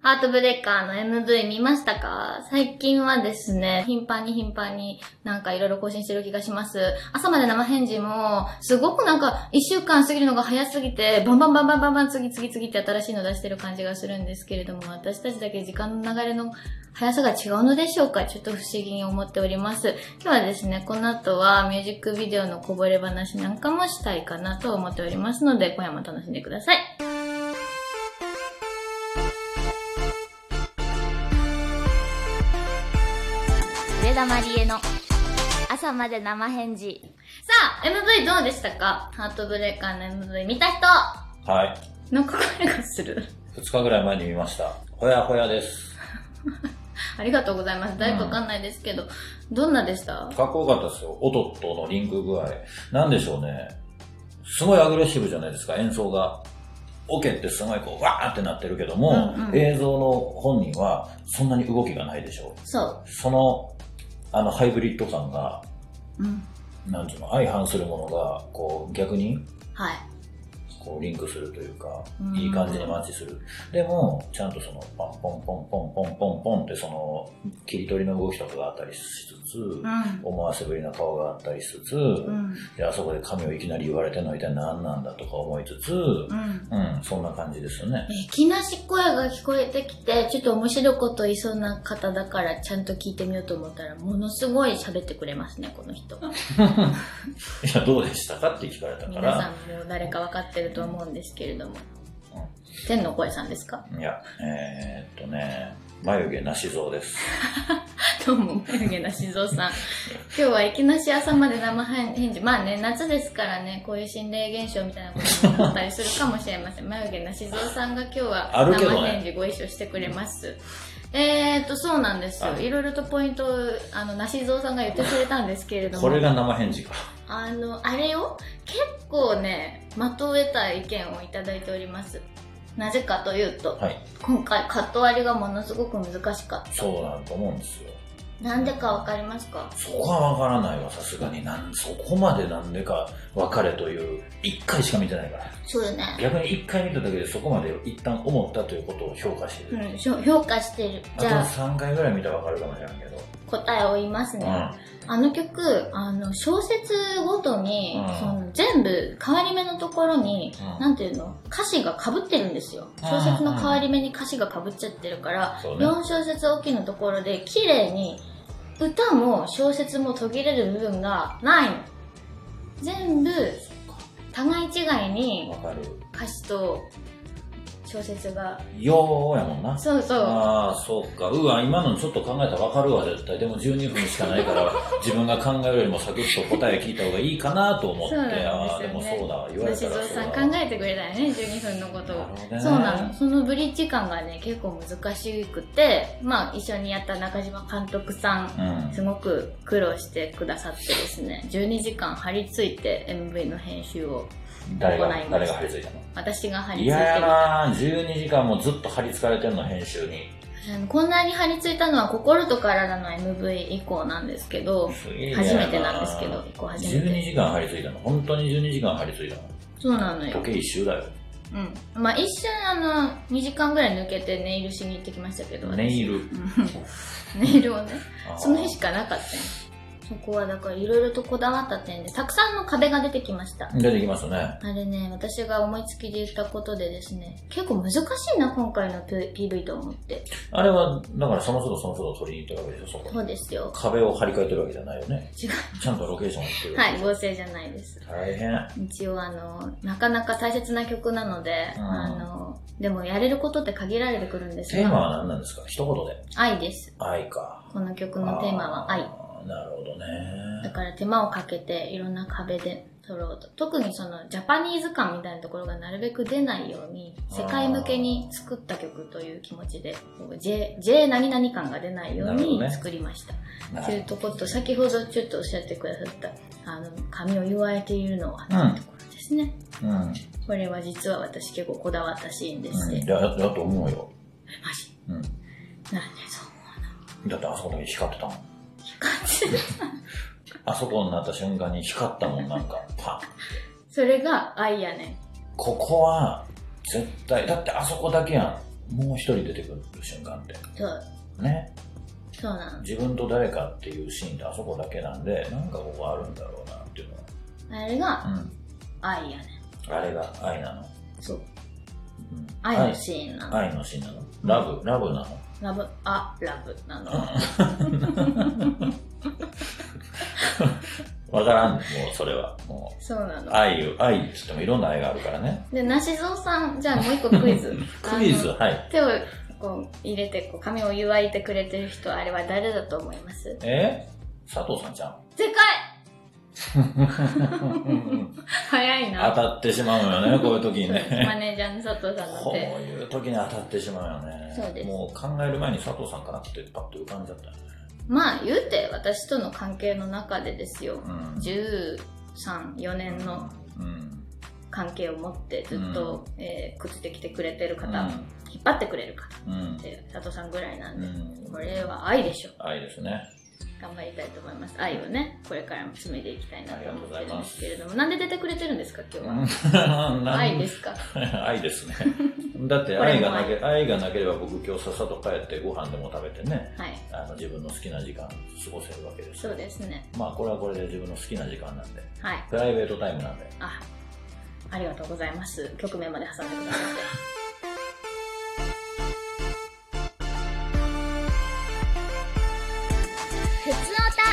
ハートブレイカーの MV 見ましたか？最近はですね、頻繁になんかいろいろ更新してる気がします。朝まで生返事も、すごくなんか1週間過ぎるのが早すぎて、バンバン次って新しいの出してる感じがするんですけれども、私たちだけ時間の流れの速さが違うのでしょうか？ちょっと不思議に思っております。今日はですね、この後はミュージックビデオのこぼれ話なんかもしたいかなと思っておりますので、今夜も楽しんでください。上田まりえの朝まで生返事。さあ、MV どうでしたか？ハートブレイカーの MV 見た人？ はい。 なんか声がする。 2日ぐらい前に見ました。ほやほやです。 ありがとうございます。だいぶわかんないですけど、どんなでした？ かっこよかったですよ。音とのリンク具合。なんでしょうね。すごいアグレッシブじゃないですか、演奏が。オケってすごいこう、わーってなってるけども、映像の本人はそんなに動きがないでしょ。 そう。 その、ハイブリッド感が、なんていうの、相反するものが、こう、逆に、 はい。 こうリンクするというか、いい感じにマッチする。でも、ちゃんとその、ポンポンポンポンポンポンポンってその、切り取りの動きとかがあったりしつつ、思わせぶりな顔があったりしつつ、で、あそこで髪をいきなり言われてるのは一体何なんだとか思いつつ、そんな感じですよね。 いきなし声が聞こえてきて、ちょっと面白いこと言いそうな方だからちゃんと聞いてみようと思ったら、ものすごい喋ってくれますね、この人。いや、どうでしたかって聞かれたから。 皆さんもう誰か分かってると思うんですけれども。天の声さんですか？ いや、眉毛なしぞうです。 どうも、眉毛なしぞうさん。今日はいきなし朝まで生返事。まあね、夏ですからね、こういう心霊現象みたいなこともあったりするかもしれません。眉毛なしぞうさんが今日は生返事ご一緒してくれます。そうなんですよ。いろいろとポイントを、なしぞうさんが言ってくれたんですけれども。 これが生返事か。 あれを結構ね、的を得た意見をいただいております。なぜかというと、今回カット割りがものすごく難しかった。 そうなんと思うんですよ。 なんでかわかりますか？ そこはわからないわ、さすがに。そこまでなんでか分かれという、一回しか見てないから。 そうよね。 逆に一回見ただけでそこまで一旦思ったということを評価してる。 評価してる。 じゃあ3回ぐらい見たら分かるかもしれないけど。 答えを言いますね。あの曲、小説ごとに、全部、変わり目のところに、なんていうの？歌詞が被ってるんですよ。小説の変わり目に歌詞が被っちゃってるから、4小節おきのところで、綺麗に、歌も小説も途切れる部分がないの。全部、互い違いに、歌詞と、小説がよーやもんな。 そうそう。 ああ、そうか。今のちょっと考えたらわかるわ、絶対。でも12分しかないから、自分が考えるよりもサクッと答え聞いた方がいいかなと思って、ああ、でもそうだ、言われたらそうだ。 吉蔵さん考えてくれたよね、12分のことを。そうなの。そのブリッジ感がね、結構難しくて、まあ一緒にやった中島監督さん、すごく苦労してくださってですね、12時間張り付いて MV の編集を誰が張り付いたの？ 私が張り付いてる。 いやなぁ、12時間もずっと張り付かれてるの、編集に。 こんなに張り付いたのは心と体の MV 以降なんですけど、初めてなんですけど、以降初めて。 12時間張り付いたの？本当に12時間張り付いたの？ そうなのよ。 時計一周だよ。 まあ一瞬2時間ぐらい抜けてネイルしに行ってきましたけど。 ネイルネイルをね、その日しかなかったよ。そこはだからいろいろとこだわった点で、たくさんの壁が出てきました。 出てきますね。 あれね、私が思いつきで言ったことでですね、結構難しいな、今回の PV と思って。 あれは、だからその都度取りに行ってるわけでしょ、そこ。 そうですよ。 壁を張り替えてるわけじゃないよね。 違う。 ちゃんとロケーションをしてる。 はい、合成じゃないです。 大変。 一応なかなか大切な曲なので、でもやれることって限られてくるんですよ。 テーマは何なんですか？一言で。 愛です。 愛か。 この曲のテーマは愛。 なるほどね。 だから手間をかけていろんな壁で撮ろうと。特にそのジャパニーズ感みたいなところがなるべく出ないように、世界向けに作った曲という気持ちで、J 何々感が出ないように作りました。というところと、先ほどちょっとおっしゃってくださった、髪を結わえているのはというところですね。これは実は私結構こだわったシーンでして。 だと思うよ。 マジ？なんでそう思うの？ だってあそこだけ光ってたもん。あそこになった瞬間に光ったもん、なんかパン。 それが愛やねん。 ここは絶対だってあそこだけやん。 もう一人出てくる瞬間って。 そう。 ね。 そうなの。 自分と誰かっていうシーンってあそこだけなんで、なんかここあるんだろうなっていうのは。 あれが、愛やね。 あれが愛なの？ そう。愛のシーンなの。 愛のシーンなの？ラブなの？ ラブなの。 わからん、もうそれは。もうそうなの。 愛って言ってもいろんな愛があるからね。 で、梨蔵さん、じゃあもう一個クイズ。 クイズ、はい。 手をこう入れて、こう髪を湯いてくれてる人、あれは誰だと思います？ 佐藤さんじゃん。 正解早いな。 当たってしまうよね、こういう時にね。 マネージャーの佐藤さんの手。 こういう時に当たってしまうよね。 そうです。 もう考える前に佐藤さんかなってパッと浮かんじゃったよね。まあ言うて私との関係の中でですよ、13、4年の関係を持ってずっと、くっついてきてくれてる方、引っ張ってくれる方って佐藤さんぐらいなんで、これは愛でしょ。愛ですね。 頑張りたいと思います。愛をね、これからも詰めていきたいなと思ってるんですけれども、なんで出てくれてるんですか、今日は。愛ですか？ 愛ですね。だって愛がなければ僕今日さっさと帰ってご飯でも食べてね、自分の好きな時間過ごせるわけです。 そうですね。 まあこれはこれで自分の好きな時間なんで、 はい、 プライベートタイムなんで。 ありがとうございます。曲名まで挟んでくださって。ふつお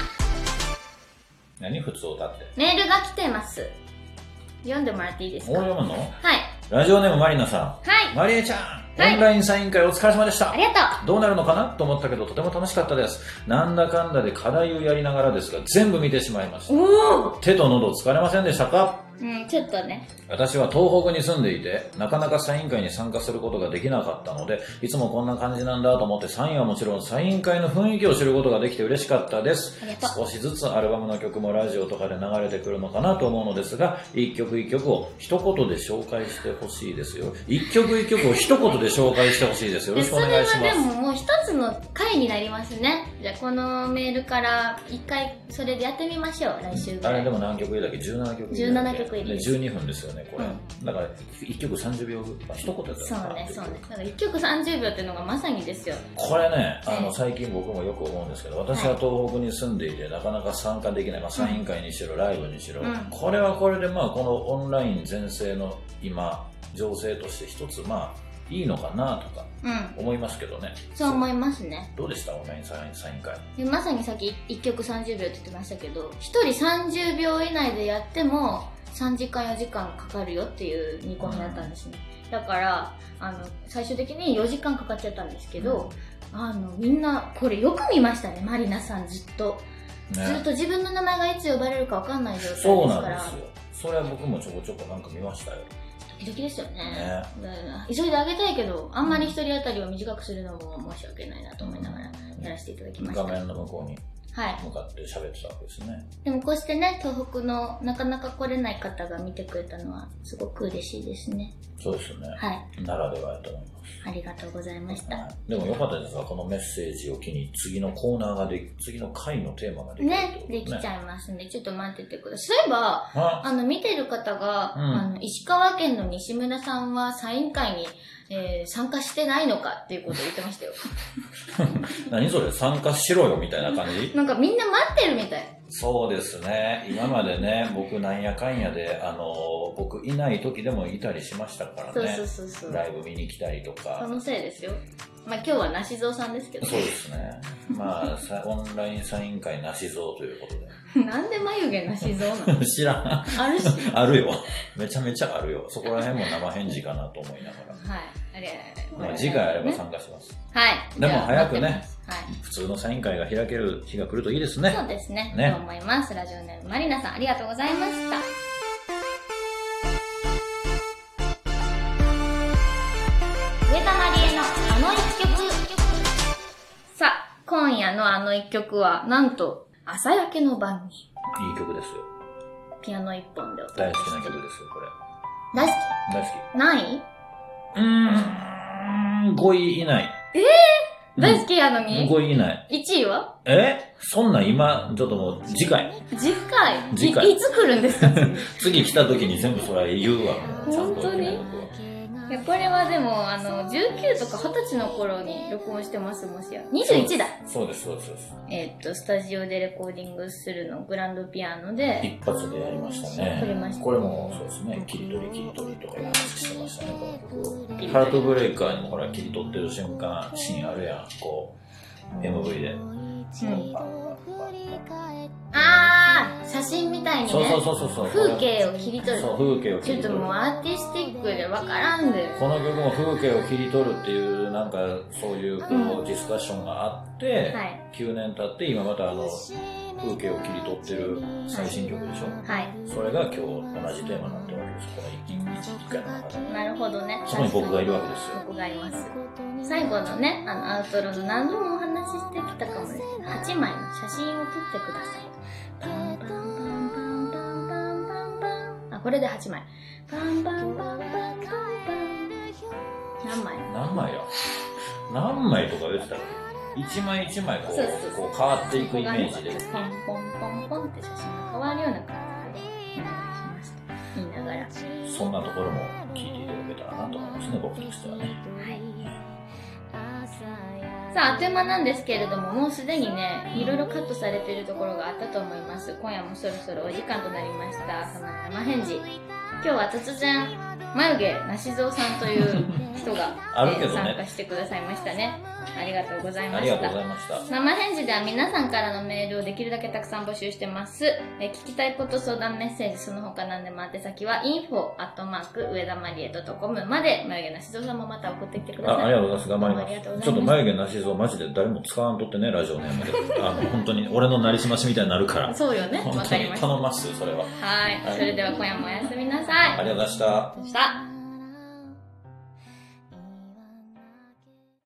た。 何ふつおたって？ メールが来てます。読んでもらっていいですか？ 読むの？ はい。 ラジオネームマリナさん。 はい。 マリエちゃん。オンラインサイン会お疲れ様でした。 ありがとう。どうなるのかなと思ったけどとても楽しかったです。なんだかんだで課題をやりながらですが全部見てしまいました。手と喉疲れませんでしたか？ ちょっとね。 私は東北に住んでいて、なかなかサイン会に参加することができなかったので、いつもこんな感じなんだと思ってサインはもちろんサイン会の雰囲気を知ることができて嬉しかったです。少しずつアルバムの曲もラジオとかで流れてくるのかなと思うのですが、一曲一曲を一言で紹介してほしいですよ。一曲一曲を一言で紹介してほしいです。よろしくお願いします。 それはでももう一つの回になりますね。じゃあこのメールから一回それでやってみましょう、来週ぐらい。 あれでも何曲入れだっけ？ 17 曲入れだっけ？ 17曲入れで12分ですよね、これ。だから1曲30秒、一言やったらそうね。だから1曲30秒っていうのがまさにですよ。 これね、最近僕もよく思うんですけど、私は東北に住んでいて、なかなか参加できない、サイン会にしろ、ライブにしろ、これはこれでこのオンライン全盛の今、情勢として一つ、いいのかなとか思いますけどね。 そう思いますね。 どうでしたオンラインサイン会？ まさにさっき1曲30秒って言ってましたけど、1人30秒以内でやっても3時間4時間かかるよっていう見込みだったんですね。だから最終的に4時間かかっちゃったんですけど、みんなこれよく見ましたね。マリナさんずっと自分の名前がいつ呼ばれるか分かんない状態ですから。 そうなんですよ。それは僕もちょこちょこなんか見ましたよ。 ドキドキですよね。急いであげたいけど、あんまり一人当たりを短くするのも申し訳ないなと思いながらやらせていただきました。 画面の向こうに向かって喋ってたわけですね。 でもこうしてね、東北のなかなか来れない方が見てくれたのはすごく嬉しいですね。 そうですね。ならではやと思います。 ありがとうございました。 でもよかったですが、このメッセージを機に次のコーナーが次の回のテーマができるね、できちゃいますね。ちょっと待っててください。そういえば、見てる方が、石川県の西村さんはサイン会に参加してないのかっていうことを言ってましたよ。 何それ、参加しろよみたいな感じ？ なんかみんな待ってるみたい。 そうですね。今までね、僕なんやかんやで、僕いない時でもいたりしましたからね。 そう。 ライブ見に来たりとか。 そのせいですよ。今日は梨蔵さんですけど。 そうですね。オンラインサイン会梨蔵ということで。 なんで眉毛梨蔵なの？ 知らん。 あるし。 あるよ。めちゃめちゃあるよ。そこら辺も生返事かなと思いながら。 はい。 次回あれば参加します。 はい。 でも早くね、普通のサイン会が開ける日が来るといいですね。 そうですね。そう思います。ラジオネームマリナさん、ありがとうございました。上田まりえの一曲。さあ、今夜の一曲は、なんと、朝焼けの晩に。 いい曲ですよ。 ピアノ一本でお大好きな曲ですよ、これ。 大好き？何位 ？5位以内。 大好きやのに ?5 位以内。 1位は？ そんなん今、ちょっともう次回。 いつ来るんですか？ 次来た時に全部それ言うわ。 本当に？ いや、これはでも、19とか20歳の頃に録音してます、もしや。21だ。 そうです、そうです。 スタジオでレコーディングするの、グランドピアノで。 一発でやりましたね。 撮りました。 これもそうですね、切り取りとかいう話してましたね、この曲を。ハートブレイカーにもほら、切り取ってる瞬間、シーンあるやん、こう、MV で。 写真みたいにね。 そう。 風景を切り取る。 そう、風景を切り取る。 ちょっともうアーティスティックでわからんで。 この曲も風景を切り取るっていう、なんか、そういう、こう、ディスカッションがあって、9年経って、今また風景を切り取ってる最新曲でしょ。はい。それが今日同じテーマになってるわけです。この一回の中で。 なるほどね。 そこに僕がいるわけですよ。 僕がいます。最後のね、アウトロの何度もお話ししてきたかもですけど、8枚の写真を撮ってください。パンパンパンパンパンパンパンパン。これで8枚。パンパンパンパンパンパン。何枚や何枚とか言ってたっけ？一枚一枚こう変わっていくイメージで。 ポンポンポンポンって写真が変わるような感じでお願いしました。言いながら。 そんなところも聞いていただけたらなと思いますね、僕としてはね。はい。 さあ、あっという間なんですけれども、もうすでにね、いろいろカットされているところがあったと思います。今夜もそろそろお時間となりました。その生返事。今日は突然、眉毛なしぞうさんという人が、参加してくださいましたね。ありがとうございました。 ありがとうございました。 生返事では皆さんからのメールをできるだけたくさん募集してます。聞きたいこと、相談、メッセージ、その他何でも宛先は info@ 上田まりえ.com まで、眉毛なしぞうさんもまた送ってきてください。 ありがとうございます。頑張ります。ちょっと眉毛なしぞうマジで誰も使わんとってね、ラジオネームで。本当に俺のなりすましみたいになるから。 そうよね。わかりました。 頼ますよ、それは。 はい。それでは今夜もおやすみなさい。 ありがとうございました。